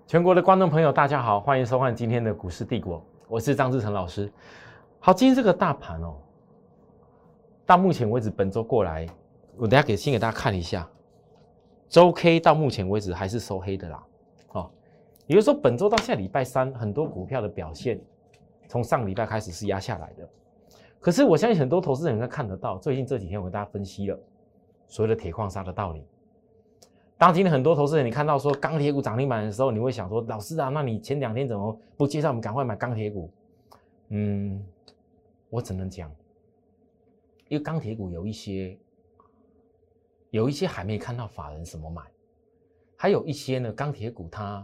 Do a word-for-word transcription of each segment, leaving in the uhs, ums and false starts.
全国的观众朋友，大家好，欢迎收看今天的股市帝国，我是张志成老师。好，今天这个大盘哦，到目前为止，本周过来，我等一下给先给大家看一下，周 K 到目前为止还是收黑的啦。哦，也就是说，本周到下礼拜三，很多股票的表现，从上礼拜开始是压下来的。可是我相信很多投资人应该看得到，最近这几天我跟大家分析了所谓的铁矿砂的道理。当今天很多投资人，你看到说钢铁股涨停板的时候，你会想说，老师啊，那你前两天怎么不介绍我们赶快买钢铁股？嗯，我只能讲，因为钢铁股有一些，有一些还没看到法人什么买，还有一些呢，钢铁股它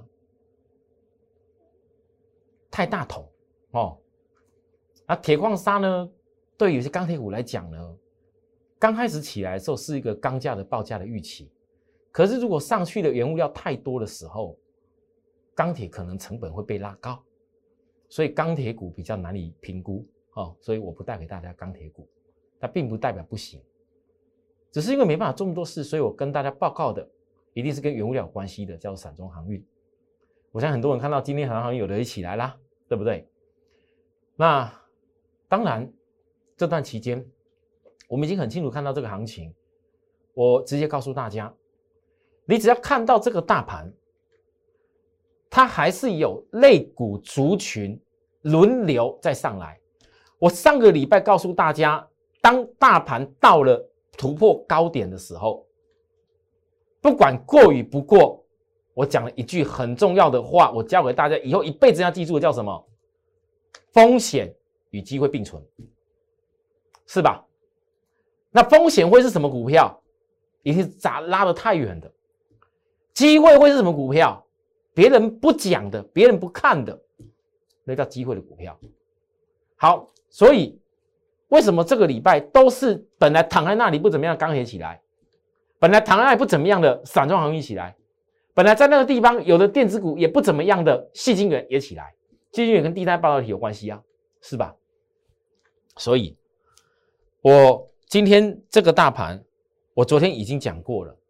太大桶哦。那铁矿砂呢，对有些钢铁股来讲呢，刚开始起来的时候是一个钢价的报价的预期。可是，如果上去的原物料太多的时候，钢铁可能成本会被拉高，所以钢铁股比较难以评估哦。所以我不带给大家钢铁股，它并不代表不行，只是因为没办法做那么多事，所以我跟大家报告的一定是跟原物料有关系的，叫做散装航运。我相信很多人看到今天散装航运有的一起来啦，对不对？那当然，这段期间我们已经很清楚看到这个行情，我直接告诉大家。你只要看到这个大盘，它还是有类股族群轮流再上来。我上个礼拜告诉大家，当大盘到了突破高点的时候，不管过与不过，我讲了一句很重要的话，我教给大家以后一辈子要记住的叫什么？风险与机会并存，是吧？那风险会是什么股票？一定是砸拉得太远的。机会会是什么股票？别人不讲的，别人不看的，那叫机会的股票。好，所以为什么这个礼拜都是本来躺在那里不怎么样的钢铁起来，本来躺在那里不怎么样的散装航运起来，本来在那个地方有的电子股也不怎么样的矽晶圆也起来，矽晶圆跟第三半导体有关系啊，是吧？所以，我今天这个大盘，我昨天已经讲过了。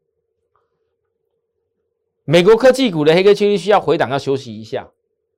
美国科技股的黑 K 趋势需要回档，要休息一下。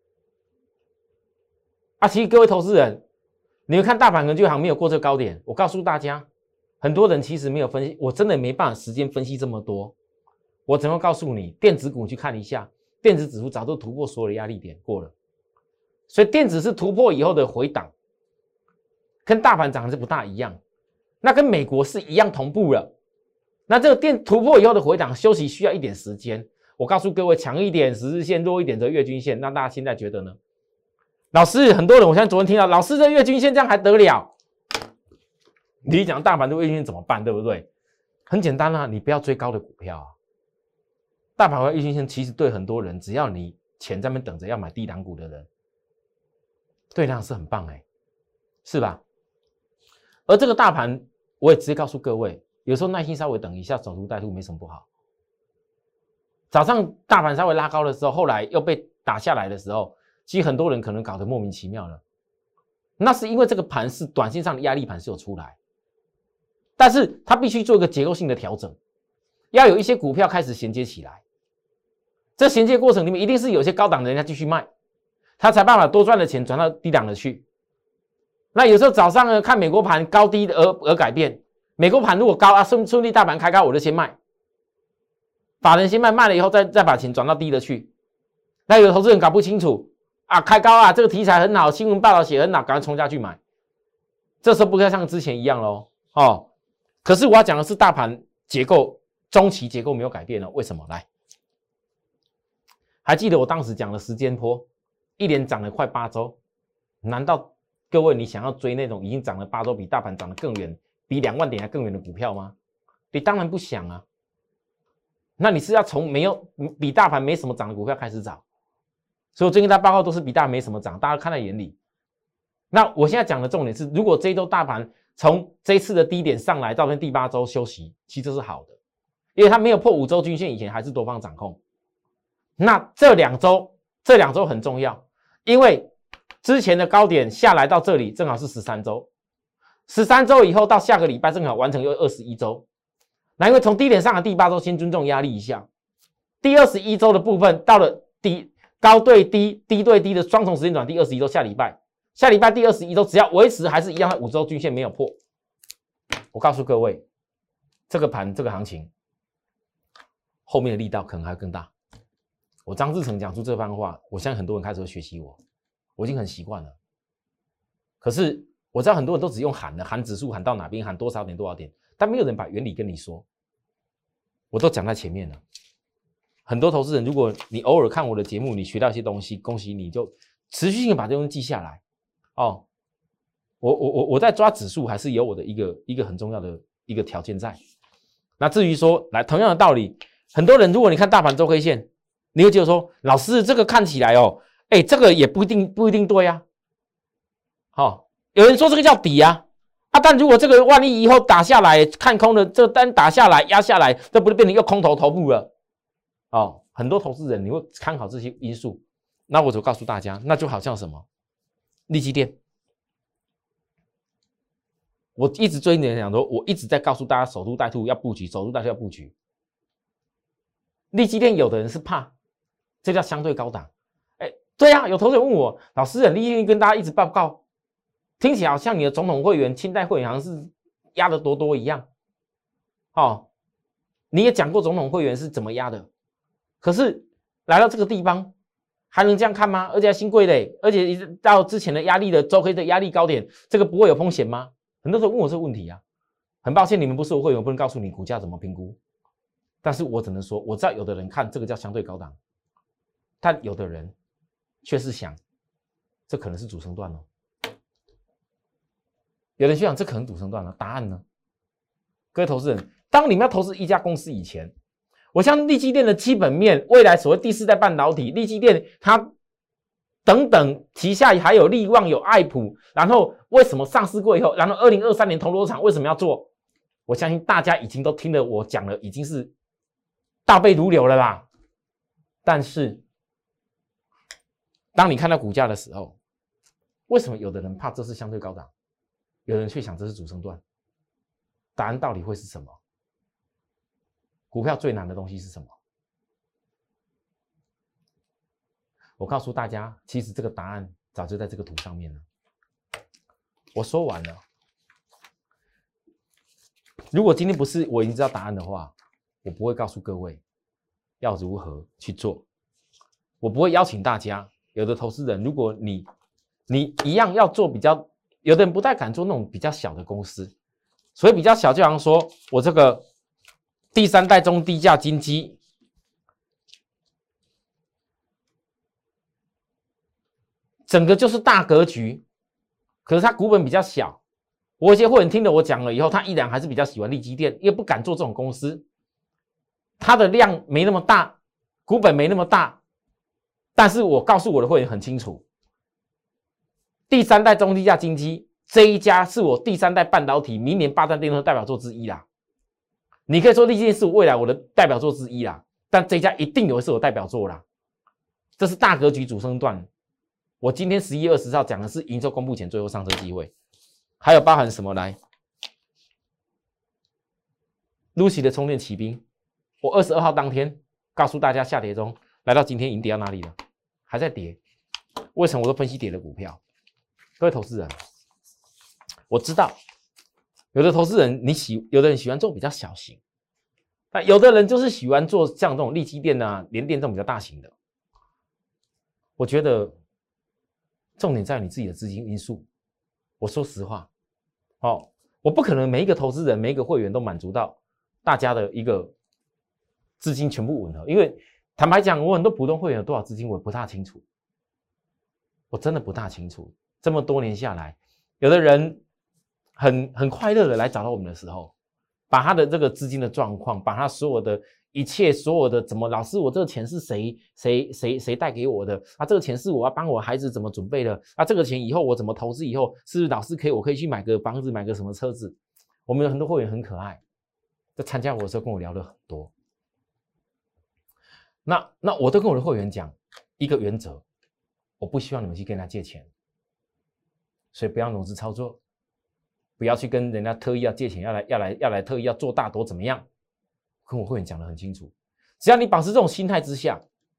啊，其实各位投资人，你们看大盘可能就好像没有过这个高点。我告诉大家，很多人其实没有分析，我真的没办法时间分析这么多。我只能告诉你，电子股你去看一下，电子指数早就突破所有的压力点过了，所以电子是突破以后的回档，跟大盘涨的是不大一样。那跟美国是一样同步了。那这个电突破以后的回档休息需要一点时间。我告诉各位，强一点十日线，弱一点的月均线，那大家现在觉得呢？老师，很多人我现在昨天听到，老师这月均线这样还得了？你讲大盘的月均线怎么办，对不对？很简单啊，你不要追高的股票啊。大盘和月均线其实对很多人，只要你钱在那边等着要买低档股的人，对量是很棒哎、欸，是吧？而这个大盘，我也直接告诉各位，有时候耐心稍微等一下，守株待兔没什么不好。早上大盘稍微拉高的时候，后来又被打下来的时候，其实很多人可能搞得莫名其妙了。那是因为这个盘是短线上的压力盘是有出来，但是它必须做一个结构性的调整，要有一些股票开始衔接起来。这衔接过程里面一定是有些高档的人家继续卖，他才办法多赚的钱转到低档的去。那有时候早上呢看美国盘高低而而改变，美国盘如果高啊，顺顺利大盘开高，我就先卖。法人先卖，卖了以后再再把钱转到低的去。那有的投资人搞不清楚啊，开高啊，这个题材很好，新闻报道写很好，赶快冲下去买。这时候不该像之前一样咯哦。可是我要讲的是大盘结构，中期结构没有改变了，为什么？来，还记得我当时讲的时间波，一连涨了快八周，难道各位你想要追那种已经涨了八周，比大盘涨得更远，比两万点还更远的股票吗？你当然不想啊。那你是要从没有比大盘没什么涨的股票开始找，所以我最近大报告都是比大盘没什么涨，大家看在眼里。那我现在讲的重点是，如果这一周大盘从这一次的低点上来，到第八周休息，其实这是好的，因为它没有破五周均线以前还是多方掌控。那这两周，这两周很重要，因为之前的高点下来到这里正好是十三周，十三周以后到下个礼拜正好完成又二十一周。那因为从低点上的第八周先尊重压力一下，第二十一周的部分到了第高对低，低对低的双重时间转第二十一周，下礼拜，下礼拜第二十一周只要维持还是一样的五周均线没有破，我告诉各位，这个盘这个行情后面的力道可能还会更大。我张志成讲出这番话，我相信很多人开始会学习我，我已经很习惯了。可是我知道很多人都只用喊的，喊指数喊到哪边，喊多少点多少点，但没有人把原理跟你说，我都讲在前面了。很多投资人，如果你偶尔看我的节目，你学到一些东西，恭喜你，就持续性的把这东西记下来哦。我我我我在抓指数，还是有我的一个一个很重要的一个条件在。那至于说，来同样的道理，很多人如果你看大盘周 K 线，你会觉得说，老师这个看起来哦，哎，这个也不一定不一定对啊。好、哦，有人说这个叫底啊，啊，但如果这个万一以后打下来，看空的这个单打下来压下来，这不是变成一个空头头部了？哦，很多投资人你会参考这些因素，那我就告诉大家，那就好像什么，利基电，我一直追你讲说，我一直在告诉大家守株待兔要布局，守株待兔要布局。利基电有的人是怕，这叫相对高档。哎，对啊，有投资人问我，老师，利基电跟大家一直报告，听起来好像你的总统会员、清代会员好像是压得多多一样。哦，你也讲过总统会员是怎么压的。可是来到这个地方，还能这样看吗？而且还新贵嘞，而且到之前的压力的周 K 的压力高点，这个不会有风险吗？很多时候问我这个问题啊，很抱歉你们不是我会员，我不能告诉你股价怎么评估，但是我只能说，我知道有的人看这个叫相对高档，但有的人却是想，这可能是主升段哦。有人去想这可能主升段了，答案呢？各位投资人，当你们要投资一家公司以前，我相信利基电的基本面，未来所谓第四代半导体，利基电它等等旗下还有力旺有爱普，然后为什么上市过以后，然后二零二三年铜锣厂为什么要做？我相信大家已经都听了我讲了，已经是倒背如流了啦。但是当你看到股价的时候，为什么有的人怕这是相对高档，有人却想这是主升段？答案到底会是什么？股票最难的东西是什么？我告诉大家，其实这个答案早就在这个图上面了。我说完了。如果今天不是我已经知道答案的话，我不会告诉各位要如何去做。我不会邀请大家，有的投资人，如果你你一样要做比较，有的人不太敢做那种比较小的公司，所以比较小，就好像说我这个第三代中低价金基，整个就是大格局，可是它股本比较小。我有些会员听了我讲了以后，他依然还是比较喜欢利基电，因为不敢做这种公司，它的量没那么大，股本没那么大。但是我告诉我的会员很清楚，第三代中低价金基这一家是我第三代半导体明年霸占电动车代表作之一啦。你可以说利基电是我未来我的代表作之一啦，但这一家一定有是我代表作啦。这是大格局主升段。我今天十一月二十号讲的是营收公布前最后上车机会，还有包含什么来 ？Lucy 的充电骑兵，我二十二号当天告诉大家下跌中，来到今天已经跌到哪里了？还在跌。为什么我都分析跌的股票？各位投资人，我知道有的投资人你喜，有的人喜欢做比较小型，那有的人就是喜欢做像这种利基电啊、联电这种比较大型的。我觉得重点在于你自己的资金因素。我说实话，哦，我不可能每一个投资人、每一个会员都满足到大家的一个资金全部吻合，因为坦白讲，我很多普通会员有多少资金，我不大清楚，我真的不大清楚。这么多年下来，有的人很很快乐的来找到我们的时候，把他的这个资金的状况，把他所有的一切所有的怎么，老师，我这个钱是谁谁谁谁带给我的啊？这个钱是我要帮我孩子怎么准备的啊？这个钱以后我怎么投资？以后是不是老师可以，我可以去买个房子，买个什么车子？我们有很多会员很可爱，在参加我的时候跟我聊了很多。那那我都跟我的会员讲一个原则，我不希望你们去跟他借钱，所以不要融资操作，不要去跟人家特意要借钱，要来要来要来特意要做大多怎么样？跟我会员讲得很清楚，只要你保持这种心态之下，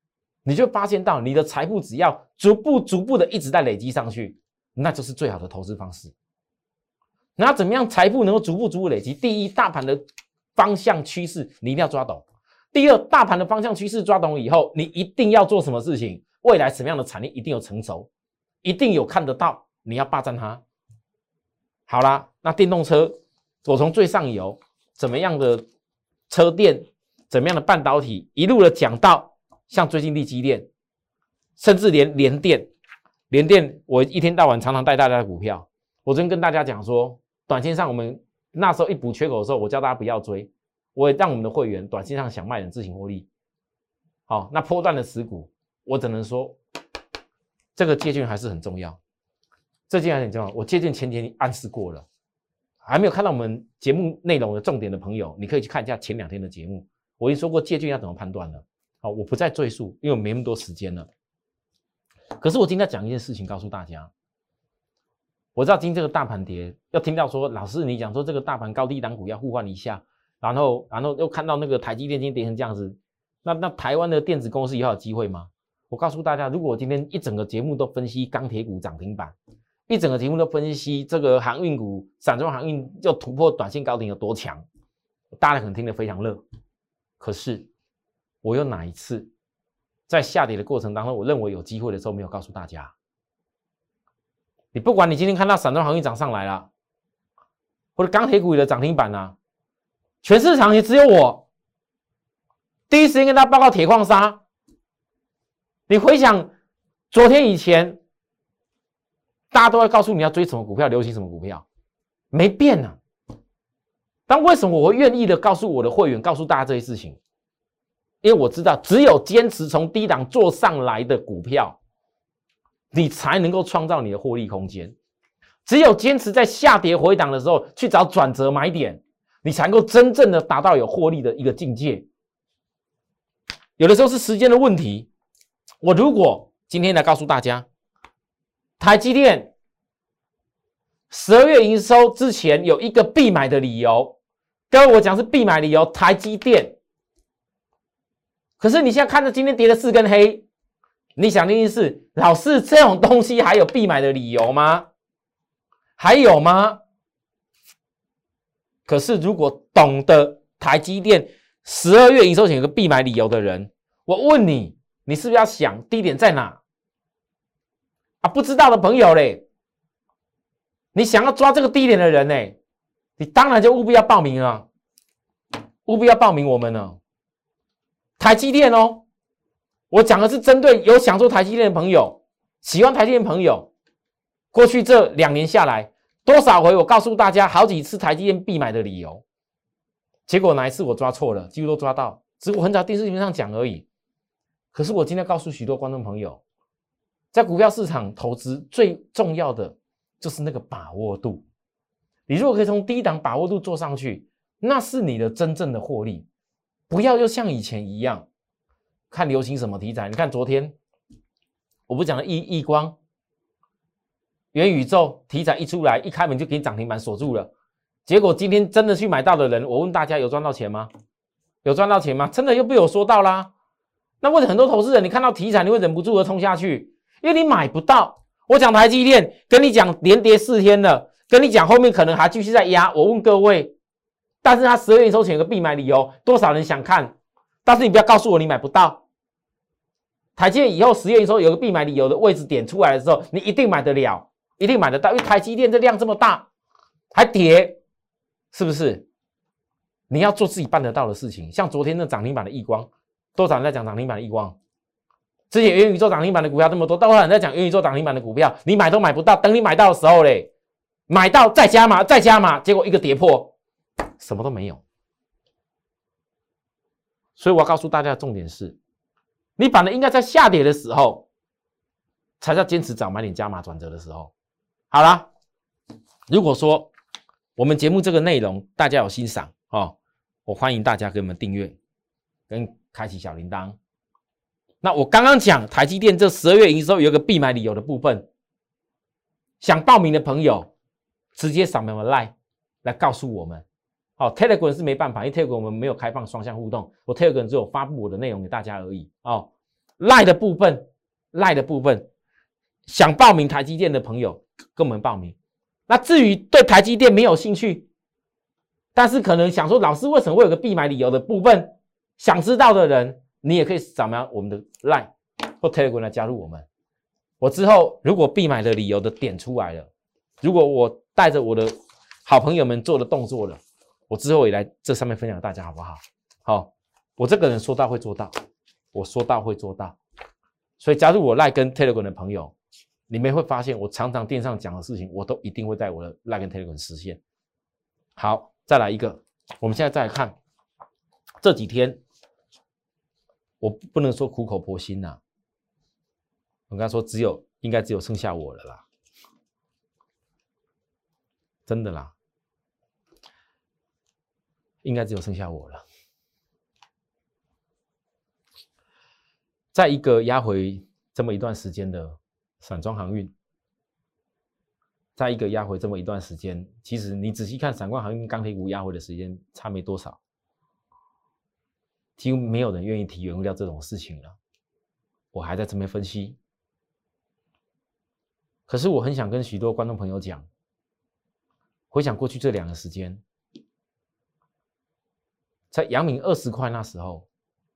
你就发现到你的财富只要逐步逐步的一直在累积上去，那就是最好的投资方式。那怎么样财富能够逐步逐步累积？第一，大盘的方向趋势你一定要抓懂；第二，大盘的方向趋势抓懂以后，你一定要做什么事情？未来什么样的产业一定有成熟，一定有看得到，你要霸占它。好啦，那电动车，我从最上游怎么样的车电，怎么样的半导体，一路的讲到像最近力积电，甚至连联电，联电我一天到晚常常带大家的股票。我昨天跟大家讲说，短线上我们那时候一补缺口的时候，我叫大家不要追，我也让我们的会员短线上想卖人自行获利。好，那波段的持股，我只能说这个借券还是很重要，这件还很重要。我借券前天暗示过了，还没有看到我们节目内容的重点的朋友，你可以去看一下前两天的节目，我已经说过借券要怎么判断了。好，我不再赘述，因为我没那么多时间了。可是我今天要讲一件事情告诉大家，我知道今天这个大盘跌，要听到说老师你讲说这个大盘高低档股要互换一下，然后然后又看到那个台积电今天跌成这样子，那那台湾的电子公司以后有机会吗？我告诉大家，如果我今天一整个节目都分析钢铁股涨停板，一整个节目都分析这个航运股、散装航运就突破短线高点有多强，大家可能听得非常热。可是我有哪一次在下跌的过程当中，我认为有机会的时候没有告诉大家？你不管你今天看到散装航运涨上来了，或者钢铁股的涨停板啊，全市场也只有我第一时间跟大家报告铁矿砂。你回想昨天以前，大家都会告诉你要追什么股票，流行什么股票，没变啊。但为什么我会愿意的告诉我的会员，告诉大家这些事情？因为我知道，只有坚持从低档做上来的股票，你才能够创造你的获利空间。只有坚持在下跌回档的时候去找转折买点，你才能够真正的达到有获利的一个境界。有的时候是时间的问题。我如果今天来告诉大家，台积电十二月营收之前有一个必买的理由，各位我讲是必买理由，台积电。可是你现在看着今天跌了四根黑，你想的一定是，老师这种东西还有必买的理由吗？还有吗？可是如果懂得台积电十二月营收前有个必买理由的人，我问你，你是不是要想低点在哪啊？不知道的朋友嘞，你想要抓这个低点的人嘞，你当然就务必要报名啊，务必要报名我们了。台积电哦，我讲的是针对有想做台积电的朋友，喜欢台积电的朋友。过去这两年下来，多少回我告诉大家好几次台积电必买的理由，结果哪一次我抓错了，几乎都抓到，只是我很少电视屏上讲而已。可是我今天告诉许多观众朋友，在股票市场投资最重要的就是那个把握度。你如果可以从低档把握度做上去，那是你的真正的获利。不要又像以前一样看流行什么题材。你看昨天我不讲了易易光元宇宙题材一出来，一开门就给你涨停板锁住了，结果今天真的去买到的人，我问大家有赚到钱吗？有赚到钱吗？真的又被我说到啦。那为什么很多投资人你看到题材你会忍不住而冲下去？因为你买不到。我讲台积电，跟你讲连跌四天了，跟你讲后面可能还继续在压。我问各位，但是他十二月营收前有个必买理由，多少人想看？但是你不要告诉我你买不到。台积电以后十月营收有个必买理由的位置点出来的时候，你一定买得了，一定买得到，因为台积电这量这么大，还跌，是不是？你要做自己办得到的事情。像昨天那涨停板的易光，多少人在讲涨停板的易光？之前元宇宙涨停板的股票这么多，多少人在讲元宇宙涨停板的股票？你买都买不到，等你买到的时候嘞，买到再加码，再加码，结果一个跌破，什么都没有。所以我要告诉大家的重点是，你反而应该在下跌的时候，才叫坚持找买点加码转折的时候。好啦，如果说我们节目这个内容大家有欣赏哦，我欢迎大家给我们订阅跟开启小铃铛。那我刚刚讲台积电这十二月营收有一个必买理由的部分，想报名的朋友直接扫描我的 LINE 来告诉我们。哦 Telegram 是没办法，因为 Telegram 我们没有开放双向互动，我 Telegram 只有发布我的内容给大家而已。哦， 赖的部分，赖的部分，想报名台积电的朋友跟我们报名。那至于对台积电没有兴趣，但是可能想说老师为什么会有个必买理由的部分，想知道的人，你也可以扫描我们的 Line 或 Telegram 来加入我们。我之后如果必买的理由的点出来了，如果我带着我的好朋友们做的动作了，我之后也来这上面分享给大家，好不好？好，我这个人说到会做到，我说到会做到，所以加入我 Line 跟 Telegram 的朋友，你们会发现我常常电上讲的事情，我都一定会在我的 Line 跟 Telegram 实现。好，再来一个，我们现在再来看这几天，我不能说苦口婆心呐、啊，我刚才说只有应该只有剩下我了啦，真的啦，应该只有剩下我了。在一个压回这么一段时间的散装航运，在一个压回这么一段时间，其实你仔细看散装航运、钢铁股压回的时间差没多少，几乎没有人愿意提原物料这种事情了。我还在这边分析，可是我很想跟许多观众朋友讲，回想过去这两个时间，在阳明二十块那时候，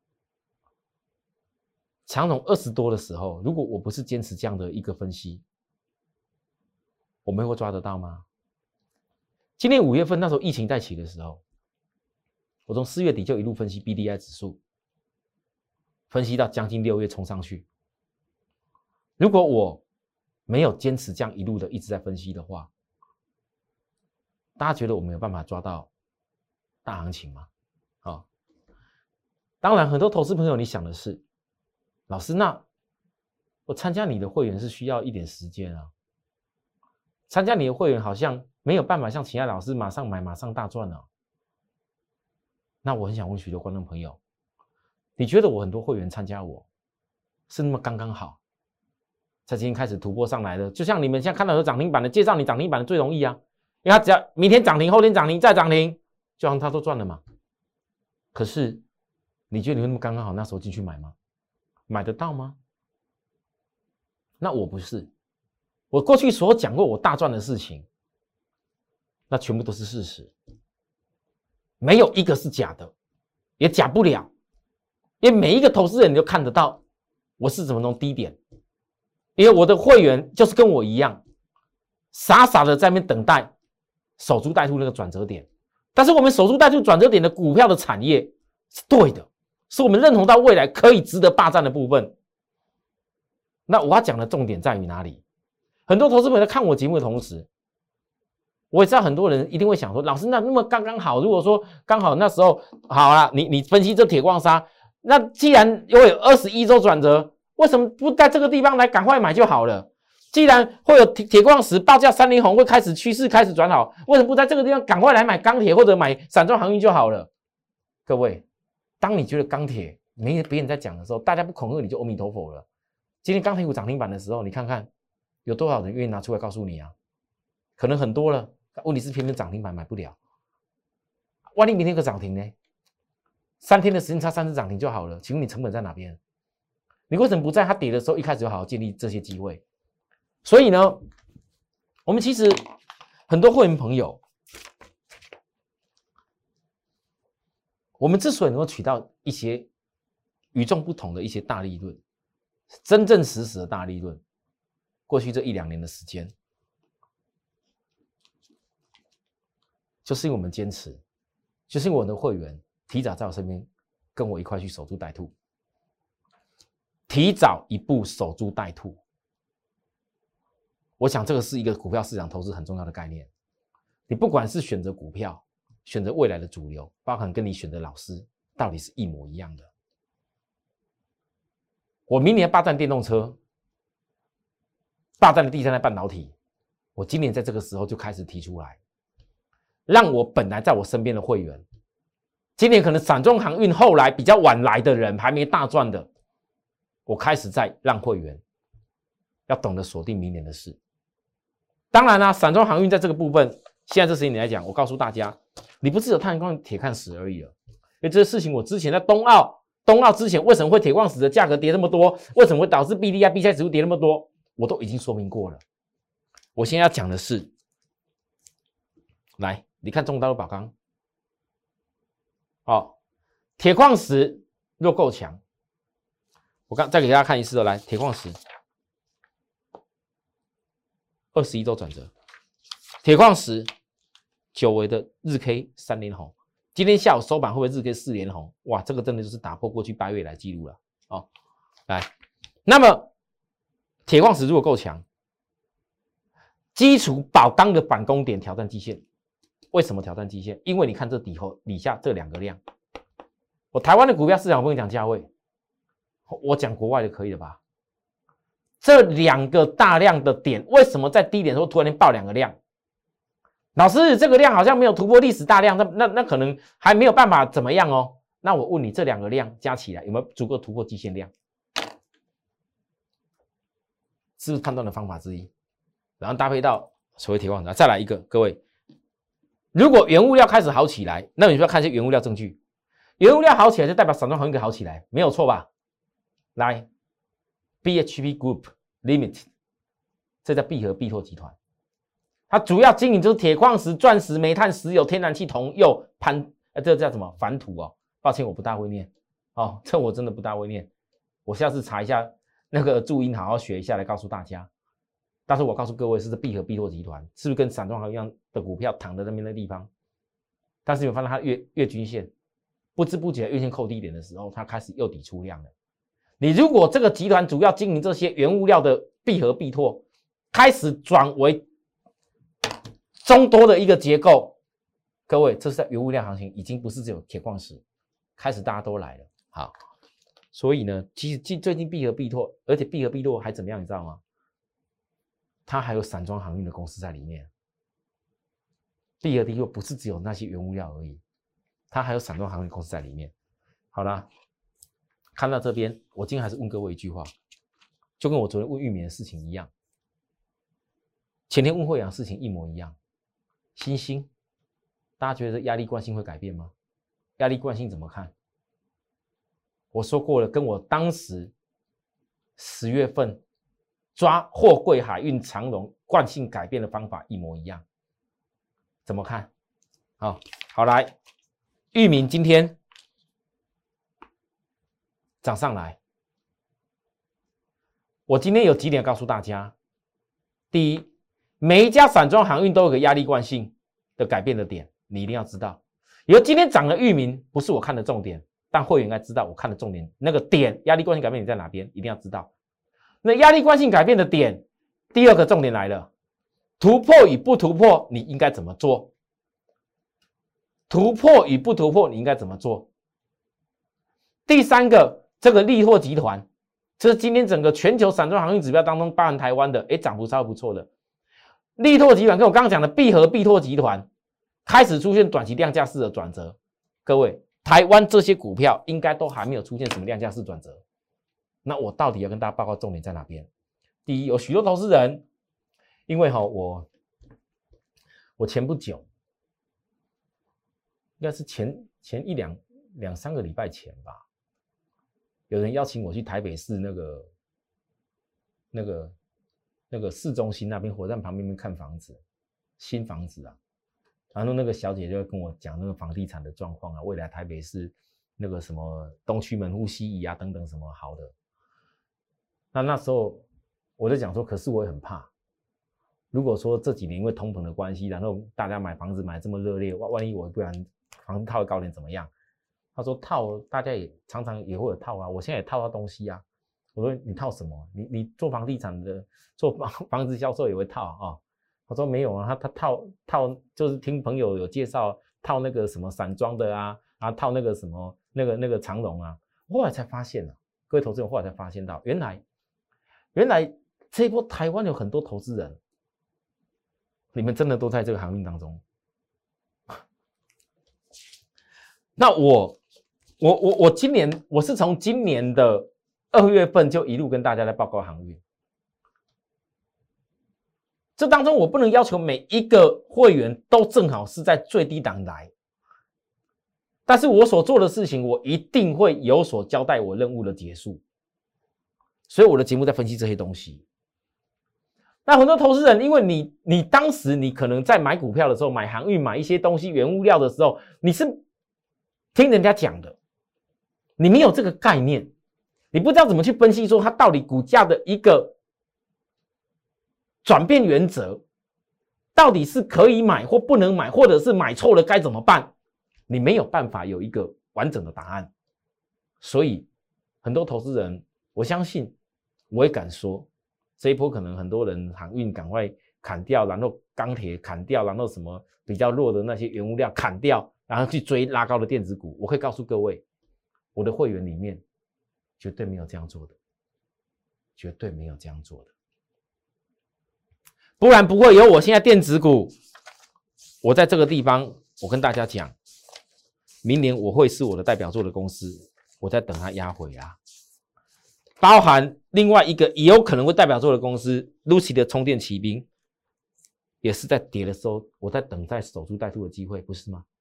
长荣二十多的时候，如果我不是坚持这样的一个分析，我们会抓得到吗？今年五月份那时候疫情再起的时候，我从四月底就一路分析 B D I 指数，分析到将近六月冲上去。如果我没有坚持这样一路的一直在分析的话，大家觉得我们有办法抓到大行情吗？好、哦，当然很多投资朋友你想的是，老师，那我参加你的会员是需要一点时间啊。参加你的会员好像没有办法像其他老师马上买马上大赚啊。那我很想问许多观众朋友，你觉得我很多会员参加我是那么刚刚好，在今天开始突破上来的？就像你们现在看到有涨停板的，介绍你涨停板的最容易啊，因为他只要明天涨停，后天涨停，再涨停，就像他都赚了嘛。可是你觉得你会那么刚刚好那时候进去买吗？买得到吗？那我不是，我过去所讲过我大赚的事情，那全部都是事实，没有一个是假的，也假不了，因为每一个投资人你都看得到我是怎么从低点，因为我的会员就是跟我一样，傻傻的在那边等待守株待兔那个转折点，但是我们守株待兔转折点的股票的产业是对的，是我们认同到未来可以值得霸占的部分。那我要讲的重点在于哪里？很多投资朋友在看我节目的同时，我也知道很多人一定会想说，老师，那那么刚刚好，如果说刚好那时候好啦，你你分析这铁矿砂，那既然有二十一周转折，为什么不在这个地方来赶快买就好了？既然会有铁铁矿石报价三连红会开始趋势开始转好，为什么不在这个地方赶快来买钢铁或者买散装航运就好了？各位，当你觉得钢铁没别人在讲的时候，大家不恐吓你就阿弥陀佛了。今天钢铁股涨停板的时候，你看看有多少人愿意拿出来告诉你啊？可能很多了，问题是偏偏涨停板买不了。万一明天个涨停呢？三天的时间差三次涨停就好了，请问你成本在哪边？你为什么不在它跌的时候一开始就好好建立这些机会？所以呢，我们其实很多会员朋友，我们之所以能够取到一些与众不同的一些大利润，真正实时的大利润，过去这一两年的时间，就是因为我们坚持，就是因为我的会员提早在我身边跟我一块去守株待兔，提早一步守株待兔。我想这个是一个股票市场投资很重要的概念。你不管是选择股票，选择未来的主流，包含跟你选择老师，到底是一模一样的。我明年霸占电动车，霸占的第三代半导体，我今年在这个时候就开始提出来，让我本来在我身边的会员，今年可能散装航运后来比较晚来的人还没大赚的，我开始在让会员要懂得锁定明年的事。当然啦、啊，散装航运在这个部分，现在这时间点来讲，我告诉大家，你不是有碳矿铁矿石而已了，因为这个事情我之前在冬奥冬奥之前为什么会铁矿石的价格跌那么多？为什么会导致 B D I、B C I 指数跌那么多？我都已经说明过了。我现在要讲的是，来，你看中国大陆宝钢，哦，铁矿石若够强，我刚再给大家看一次哦，来，铁矿石二十一周转折，铁矿石久违的日 K 三连红。今天下午收盘会不会日 K 四连红？哇，这个真的就是打破过去八月以来记录了哦。来，那么铁矿石如果够强，基础宝钢的反攻点挑战季线。为什么挑战季线？因为你看这底后底下这两个量，我台湾的股票市场我不跟你讲价位，我讲国外的可以了吧？这两个大量的点，为什么在低点的时候突然间爆两个量？老师，这个量好像没有突破历史大量，那那那可能还没有办法怎么样哦？那我问你，这两个量加起来有没有足够突破季线量？是不是判断的方法之一？然后搭配到所谓铁矿石，再来一个，各位，如果原物料开始好起来，那你就要看一些原物料证据。原物料好起来，就代表散装航运可以好起来，没有错吧？来 ，B H P Group Limited， 这叫必和必拓集团。它主要经营就是铁矿石、钻石、煤炭、石油、天然气、铜、铀、盘，呃，这叫什么？反土哦。抱歉，我不大会念哦，这我真的不大会念。我下次查一下那个注音，好好学一下来告诉大家。但是我告诉各位，是这必和必拓集团，是不是跟散装航运一样的股票躺在那边的地方？但是你发现它月月均线不知不觉月线扣低点的时候，它开始诱底出量了。你如果这个集团主要经营这些原物料的必和必拓，开始转为中多的一个结构，各位，这是在原物料行情，已经不是只有铁矿石，开始大家都来了。好，所以呢，其实最近必和必拓，而且必和必拓还怎么样，你知道吗？它还有散装航运的公司在里面。必和必拓不是只有那些原物料而已，它还有散装航运公司在里面。好啦，看到这边，我今天还是问各位一句话，就跟我昨天问玉米的事情一样，前天问慧洋的事情一模一样。新兴，大家觉得压力惯性会改变吗？压力惯性怎么看？我说过了，跟我当时十月份抓货柜海运长荣惯性改变的方法一模一样。怎么看？好，好来，裕民今天涨上来，我今天有几点告诉大家。第一，每一家散装航运都有个压力惯性的改变的点，你一定要知道。以后今天涨的裕民不是我看的重点，但会员应该知道我看的重点那个点，压力惯性改变点在哪边，一定要知道。那压力惯性改变的点，第二个重点来了，突破与不突破，你应该怎么做？突破与不突破，你应该怎么做？第三个，这个力拓集团，这是今天整个全球散装航运指标当中包含台湾的，哎，涨幅稍微不错的。力拓集团跟我刚刚讲的必和必拓集团开始出现短期量价式的转折，各位，台湾这些股票应该都还没有出现什么量价式转折。那我到底要跟大家报告重点在哪边？第一，有许多投资人，因为哈我我前不久，应该是前前一两两三个礼拜前吧，有人邀请我去台北市那个那个那个市中心那边火车站旁边看房子，新房子啊，然后那个小姐就跟我讲那个房地产的状况啊，未来台北市那个什么东区门户西移啊等等什么好的。那那时候我就讲说，可是我也很怕，如果说这几年因为通膨的关系，然后大家买房子买这么热烈，万万一我不然房子套的高点怎么样？他说套，大家也常常也会有套啊，我现在也套到东西啊。我说你套什么？你你做房地产的，做房房子销售也会套啊？他说没有啊，他他套套就是听朋友有介绍套那个什么散装的啊，啊套那个什么那个那个长荣啊。后来才发现啊，各位投资人后来才发现到，原来原来这一波台湾有很多投资人，你们真的都在这个航运当中。那我我我我今年我是从今年的二月份就一路跟大家在报告航运，这当中我不能要求每一个会员都正好是在最低档来， 但是我所做的事情，我一定会有所交代我任务的结束。所以我的节目在分析这些东西。那很多投资人，因为你你当时你可能在买股票的时候，买航运，买一些东西原物料的时候，你是听人家讲的，你没有这个概念，你不知道怎么去分析说它到底股价的一个转变原则，到底是可以买或不能买，或者是买错了该怎么办，你没有办法有一个完整的答案。所以很多投资人，我相信我也敢说，这一波可能很多人航运赶快砍掉，然后钢铁砍掉，然后什么比较弱的那些原物料砍掉，然后去追拉高的电子股。我可以告诉各位，我的会员里面绝对没有这样做的，绝对没有这样做的，不然不会有我现在电子股。我在这个地方，我跟大家讲，明年我会是我的代表作的公司，我在等它压回啊。包含另外一个也有可能会代表作的公司 Lucy 的充电骑兵，也是在跌的时候，我在等待守株待兔的机会，不是吗？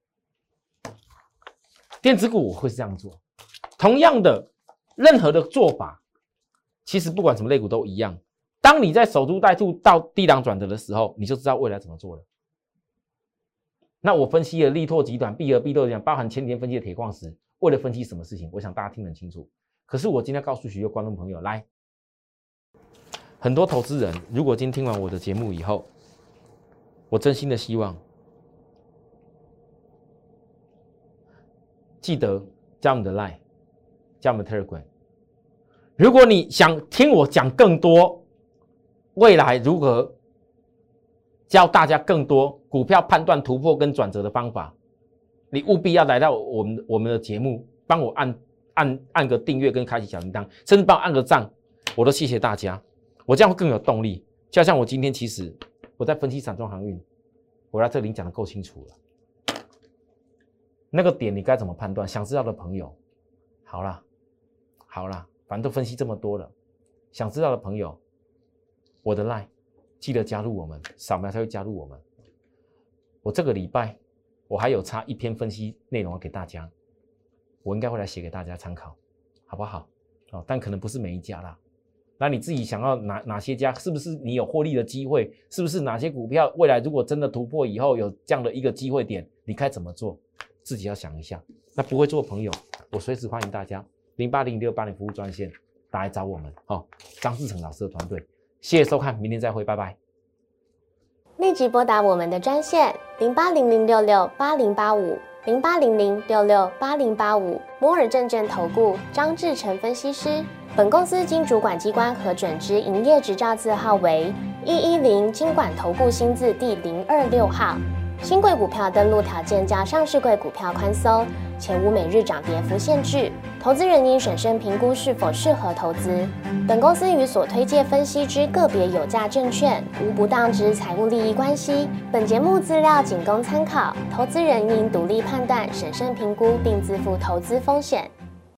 电子股我会是这样做。同样的，任何的做法，其实不管什么类股都一样。当你在守株待兔到低档转折的时候，你就知道未来怎么做了。那我分析了力拓集团、必和必拓集团，包含前几天分析的铁矿石，为了分析什么事情？我想大家听得很清楚。可是我今天告诉许多观众朋友，来，很多投资人，如果今天听完我的节目以后，我真心的希望，记得加我们的 Line， 加我们的 Telegram。如果你想听我讲更多，未来如何教大家更多股票判断突破跟转折的方法，你务必要来到我们我们的节目，帮我按。按按个订阅跟开启小铃铛，甚至帮我按个赞，我都谢谢大家。我这样会更有动力。就像我今天，其实我在分析散装航运，我在这里讲的够清楚了。那个点你该怎么判断？想知道的朋友，好啦，好啦，反正都分析这么多了，想知道的朋友，我的 Line 记得加入我们，扫描才会加入我们。我这个礼拜我还有差一篇分析内容要给大家。我应该会来写给大家参考，好不好？哦，但可能不是每一家啦。那你自己想要哪哪些家，是不是你有获利的机会？是不是哪些股票未来如果真的突破以后有这样的一个机会点，你该怎么做？自己要想一下。那不会做的朋友，我随时欢迎大家零八零六八零服务专线打来找我们。哦，张志成老师的团队，谢谢收看，明天再会，拜拜。 立即拨打我们的专线零八零零六六八零八五。零八零零六六八零八五摩尔证券投顾张志成分析师。本公司经主管机关核准之营业执照字号为一一零金管投顾新字第零二六号。新贵股票登录条件较上市贵股票宽松，且无每日涨跌幅限制。投资人应审慎评估是否适合投资。本公司与所推介分析之个别有价证券无不当之财务利益关系。本节目资料仅供参考，投资人应独立判断、审慎评估，并自负投资风险。